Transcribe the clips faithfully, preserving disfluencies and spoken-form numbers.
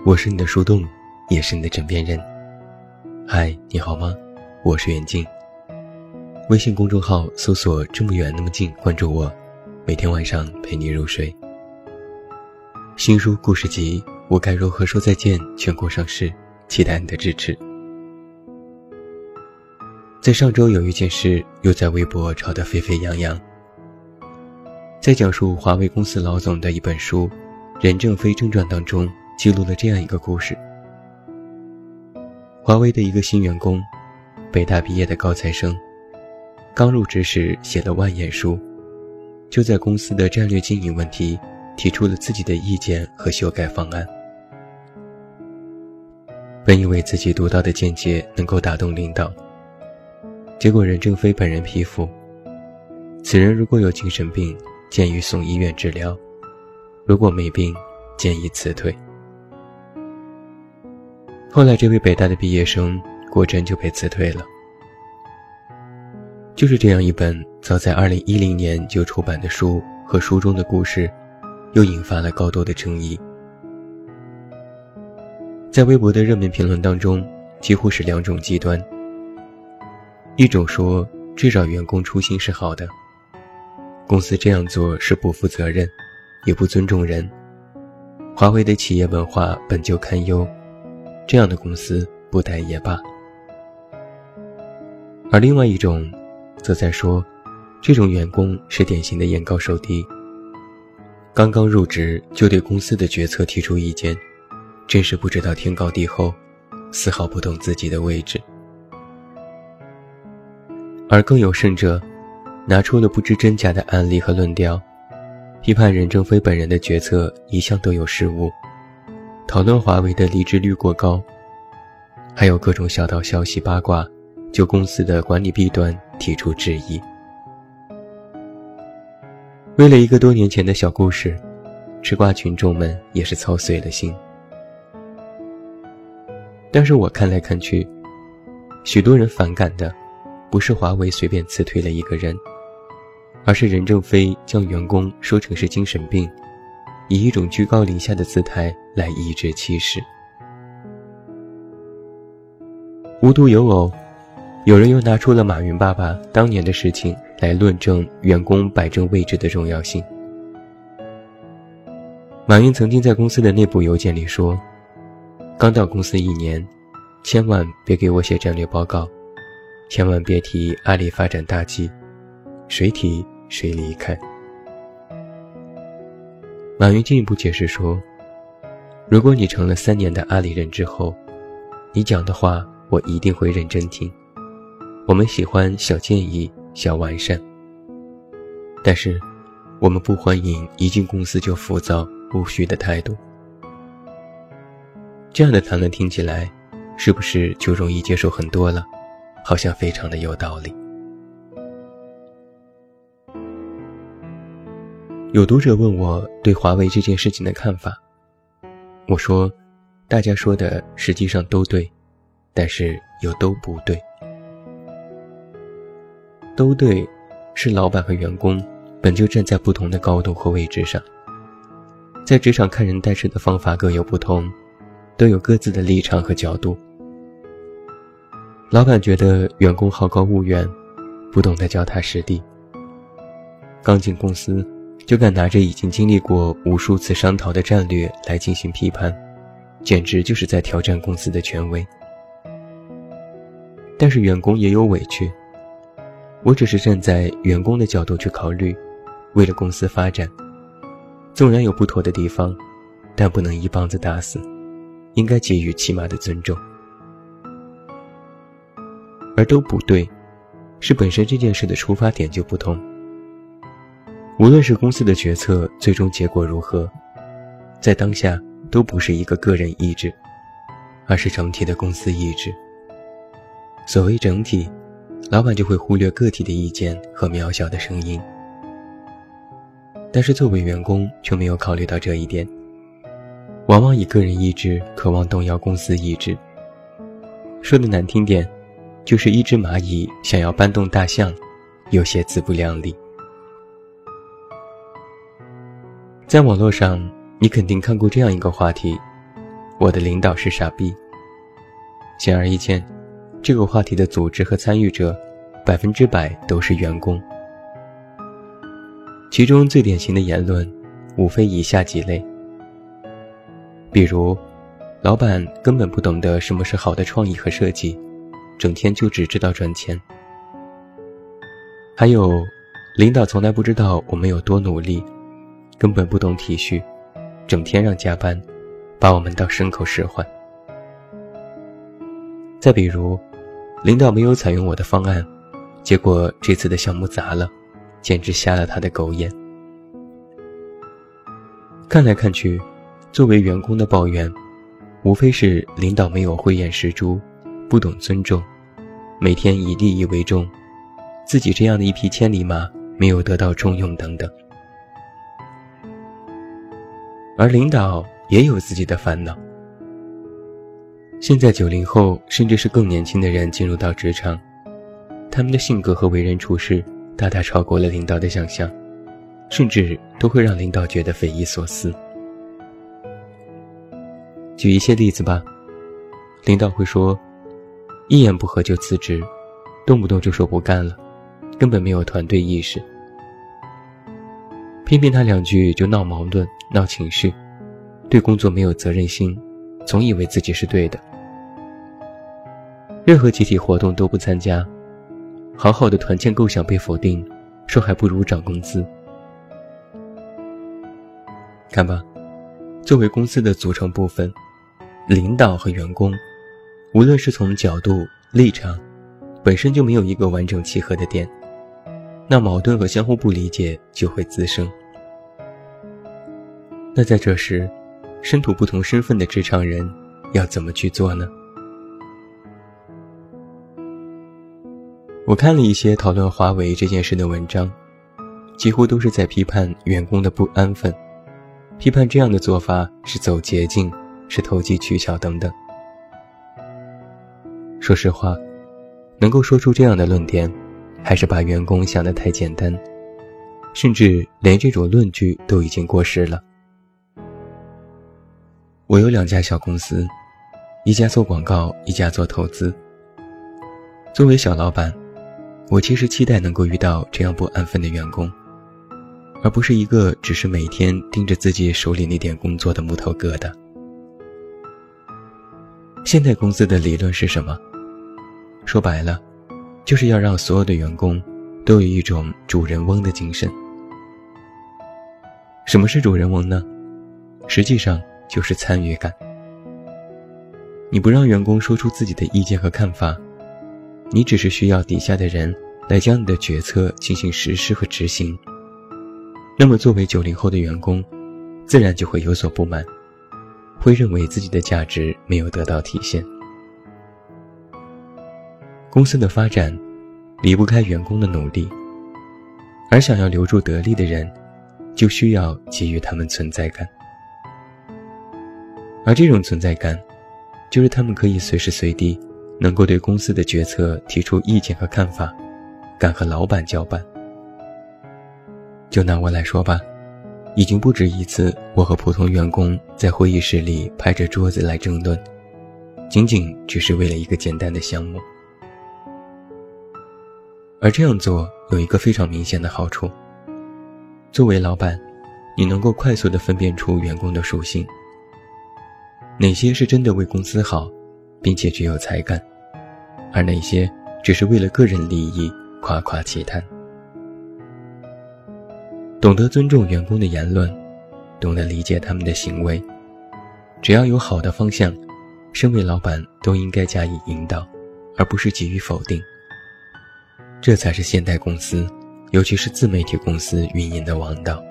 我是你的树洞，也是你的枕边人。嗨，你好吗？我是远近。微信公众号搜索这么远那么近，关注我，每天晚上陪你入睡。新书故事集我该如何说再见全国上市，期待你的支持。在上周有一件事又在微博炒得沸沸扬扬，在讲述华为公司老总的一本书《任正非正传》当中记录了这样一个故事。华为的一个新员工，北大毕业的高材生，刚入职时写了万言书，就在公司的战略经营问题提出了自己的意见和修改方案。本以为自己独到的见解能够打动领导，结果任正非本人批复，此人如果有精神病，建议送医院治疗，如果没病，建议辞退。后来这位北大的毕业生果真就被辞退了。就是这样一本早在二零一零年就出版的书和书中的故事，又引发了高度的争议。在微博的热门评论当中，几乎是两种极端。一种说至少员工初心是好的，公司这样做是不负责任，也不尊重人，华为的企业文化本就堪忧，这样的公司不待也罢。而另外一种则在说，这种员工是典型的眼高手低，刚刚入职就对公司的决策提出意见，真是不知道天高地厚，丝毫不懂自己的位置。而更有甚者，拿出了不知真假的案例和论调，批判任正非本人的决策一向都有失误，讨论华为的离职率过高，还有各种小道消息八卦，就公司的管理弊端提出质疑。为了一个多年前的小故事，吃瓜群众们也是操碎了心。但是我看来看去，许多人反感的不是华为随便辞退了一个人，而是任正非将员工说成是精神病，以一种居高临下的姿态来颐指气使。无独有偶，有人又拿出了马云爸爸当年的事情来论证员工摆正位置的重要性。马云曾经在公司的内部邮件里说，刚到公司一年，千万别给我写战略报告，千万别提阿里发展大计，谁提谁离开。马云进一步解释说，如果你成了三年的阿里人之后，你讲的话我一定会认真听，我们喜欢小建议小完善，但是我们不欢迎一进公司就浮躁无序的态度。这样的谈论听起来是不是就容易接受很多了，好像非常的有道理。有读者问我对华为这件事情的看法，我说大家说的实际上都对，但是又都不对。都对是老板和员工本就站在不同的高度和位置上，在职场看人待事的方法各有不同，都有各自的立场和角度。老板觉得员工好高骛远，不懂得脚踏实地，刚进公司就敢拿着已经经历过无数次商讨的战略来进行批判，简直就是在挑战公司的权威。但是员工也有委屈，我只是站在员工的角度去考虑，为了公司发展，纵然有不妥的地方，但不能一棒子打死，应该给予起码的尊重。而都不对，是本身这件事的出发点就不同。无论是公司的决策最终结果如何，在当下都不是一个个人意志，而是整体的公司意志。所谓整体，老板就会忽略个体的意见和渺小的声音。但是作为员工却没有考虑到这一点，往往以个人意志渴望动摇公司意志。说的难听点，就是一只蚂蚁想要搬动大象，有些自不量力。在网络上，你肯定看过这样一个话题， 我的领导是傻逼。显而易见，这个话题的组织和参与者百分之百都是员工。其中最典型的言论无非以下几类，比如老板根本不懂得什么是好的创意和设计，整天就只知道赚钱。还有领导从来不知道我们有多努力，根本不懂体恤，整天让加班，把我们当牲口使唤。再比如领导没有采用我的方案，结果这次的项目砸了，简直瞎了他的狗眼。看来看去，作为员工的抱怨无非是领导没有慧眼识珠，不懂尊重，每天以利益为重，自己这样的一匹千里马没有得到重用等等。而领导也有自己的烦恼。现在九零后甚至是更年轻的人进入到职场，他们的性格和为人处事大大超过了领导的想象，甚至都会让领导觉得匪夷所思。举一些例子吧，领导会说一言不合就辞职，动不动就说不干了，根本没有团队意识。偏偏他两句就闹矛盾闹情绪，对工作没有责任心，总以为自己是对的。任何集体活动都不参加，好好的团建构想被否定，说还不如涨工资。看吧，作为公司的组成部分，领导和员工无论是从角度立场本身就没有一个完整契合的点，那矛盾和相互不理解就会滋生。那在这时，身处不同身份的职场人要怎么去做呢？我看了一些讨论华为这件事的文章，几乎都是在批判员工的不安分，批判这样的做法是走捷径，是投机取巧等等。说实话，能够说出这样的论点，还是把员工想得太简单，甚至连这种论据都已经过时了。我有两家小公司，一家做广告，一家做投资。作为小老板，我其实期待能够遇到这样不安分的员工，而不是一个只是每天盯着自己手里那点工作的木头疙瘩。现代公司的理论是什么？说白了，就是要让所有的员工都有一种主人翁的精神。什么是主人翁呢？实际上就是参与感。你不让员工说出自己的意见和看法，你只是需要底下的人来将你的决策进行实施和执行。那么作为九零后的员工，自然就会有所不满，会认为自己的价值没有得到体现。公司的发展离不开员工的努力，而想要留住得力的人，就需要给予他们存在感。而这种存在感，就是他们可以随时随地能够对公司的决策提出意见和看法，敢和老板叫板。就拿我来说吧，已经不止一次我和普通员工在会议室里拍着桌子来争论，仅仅只是为了一个简单的项目。而这样做有一个非常明显的好处，作为老板，你能够快速地分辨出员工的属性，哪些是真的为公司好，并且具有才干，而哪些只是为了个人利益夸夸其谈。懂得尊重员工的言论，懂得理解他们的行为，只要有好的方向，身为老板都应该加以引导，而不是给予否定。这才是现代公司，尤其是自媒体公司运营的王道。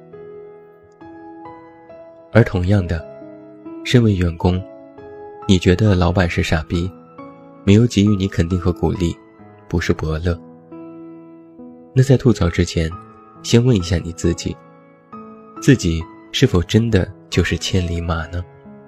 而同样的，身为员工，你觉得老板是傻逼，没有给予你肯定和鼓励，不是伯乐。那在吐槽之前，先问一下你自己，自己是否真的就是千里马呢？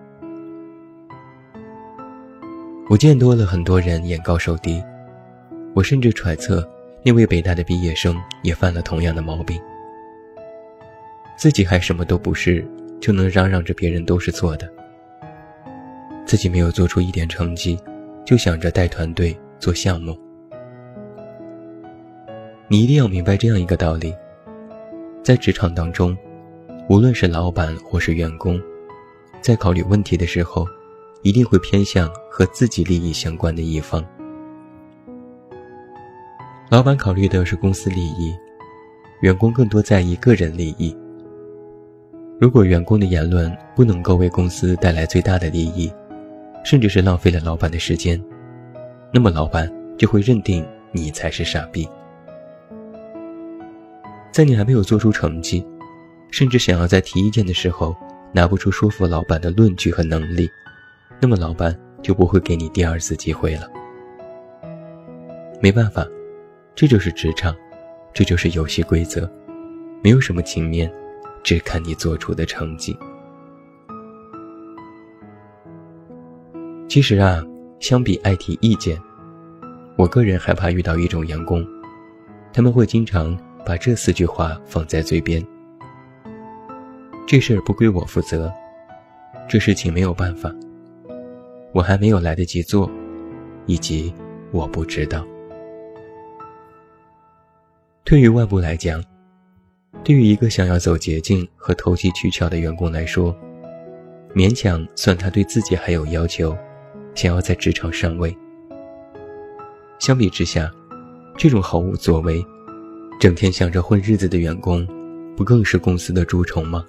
我见多了很多人眼高手低，我甚至揣测那位北大的毕业生也犯了同样的毛病。自己还什么都不是，就能嚷嚷着别人都是错的。 自己没有做出一点成绩，就想着带团队做项目。你一定要明白这样一个道理，在职场当中，无论是老板或是员工，在考虑问题的时候，一定会偏向和自己利益相关的一方。老板考虑的是公司利益，员工更多在意个人利益。如果员工的言论不能够为公司带来最大的利益，甚至是浪费了老板的时间，那么老板就会认定你才是傻逼。在你还没有做出成绩，甚至想要在提意见的时候拿不出说服老板的论据和能力，那么老板就不会给你第二次机会了。没办法，这就是职场，这就是游戏规则，没有什么情面，只看你做出的成绩。其实啊，相比爱提意见，我个人害怕遇到一种员工，他们会经常把这四句话放在嘴边：这事儿不归我负责，这事情没有办法，我还没有来得及做，以及我不知道。退于外部来讲，对于一个想要走捷径和投机取巧的员工来说，勉强算他对自己还有要求，想要在职场上位。相比之下，这种毫无作为，整天想着混日子的员工，不更是公司的蛀虫吗？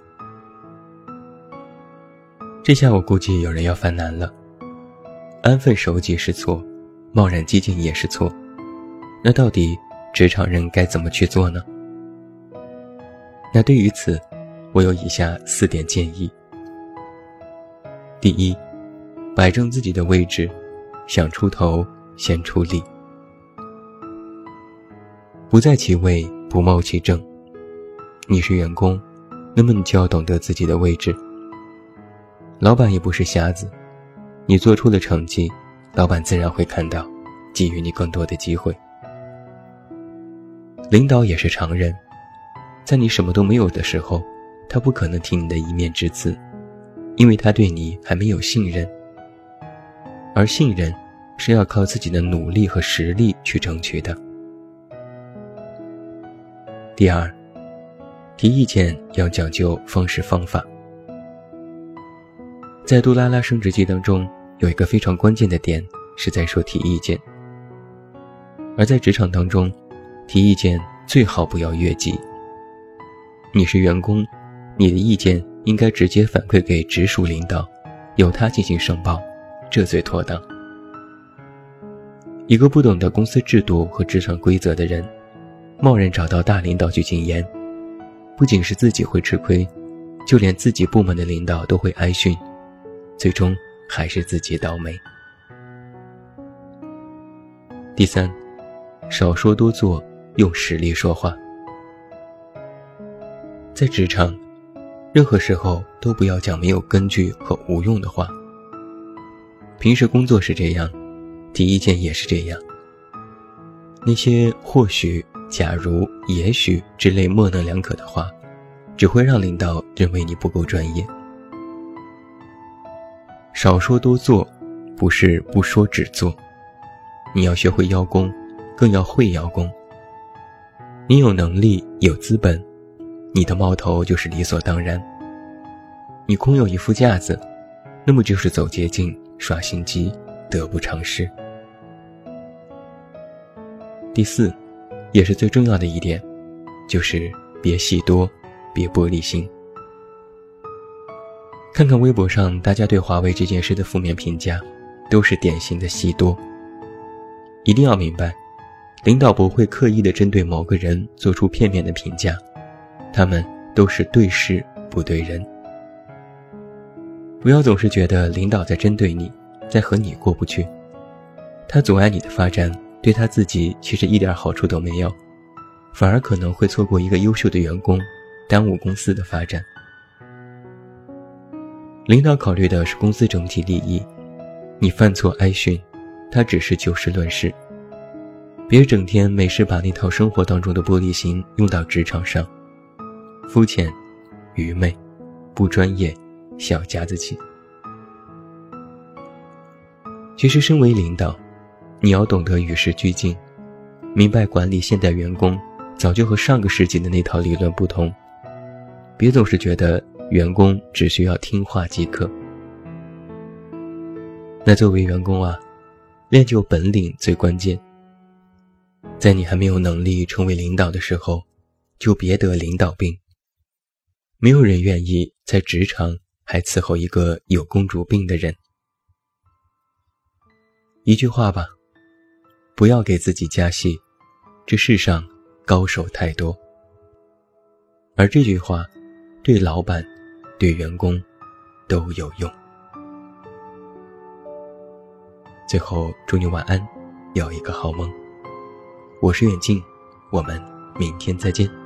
这下我估计有人要犯难了。安分守己是错，贸然激进也是错，那到底职场人该怎么去做呢？那对于此，我有以下四点建议。第一，摆正自己的位置，想出头先出力。不在其位，不谋其政。你是员工，那么你就要懂得自己的位置。老板也不是瞎子，你做出了成绩，老板自然会看到，给予你更多的机会。领导也是常人，在你什么都没有的时候，他不可能听你的一面之词，因为他对你还没有信任。而信任是要靠自己的努力和实力去争取的。第二，提意见要讲究方式方法。在杜拉拉升职记当中，有一个非常关键的点是在说提意见。而在职场当中，提意见最好不要越级。你是员工，你的意见应该直接反馈给直属领导，由他进行申报，这最妥当。一个不懂得公司制度和职场规则的人，贸然找到大领导去进言，不仅是自己会吃亏，就连自己部门的领导都会挨训，最终还是自己倒霉。第三，少说多做，用实力说话。在职场，任何时候都不要讲没有根据和无用的话。平时工作是这样，提意见也是这样。那些或许、假如、也许之类模棱两可的话，只会让领导认为你不够专业。少说多做，不是不说只做。你要学会邀功，更要会邀功。你有能力，有资本，你的冒头就是理所当然。你空有一副架子，那么就是走捷径，耍心机，得不偿失。第四，也是最重要的一点，就是别戏多，别玻璃心。看看微博上大家对华为这件事的负面评价，都是典型的戏多。一定要明白，领导不会刻意的针对某个人做出片面的评价，他们都是对事不对人。不要总是觉得领导在针对你，在和你过不去，他阻碍你的发展，对他自己其实一点好处都没有，反而可能会错过一个优秀的员工，耽误公司的发展。领导考虑的是公司整体利益，你犯错挨训，他只是就事论事。别整天没事把那套生活当中的玻璃心用到职场上，肤浅、愚昧、不专业、小家子气。 其实身为领导，你要懂得与时俱进，明白管理现代员工早就和上个世纪的那套理论不同，别总是觉得员工只需要听话即可。那作为员工啊，练就本领最关键。在你还没有能力成为领导的时候，就别得领导病。没有人愿意在职场还伺候一个有公主病的人。一句话吧，不要给自己加戏，这世上高手太多。而这句话对老板对员工都有用。最后祝你晚安，有一个好梦。我是远近，我们明天再见。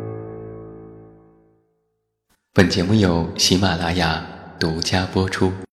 本节目由喜马拉雅独家播出。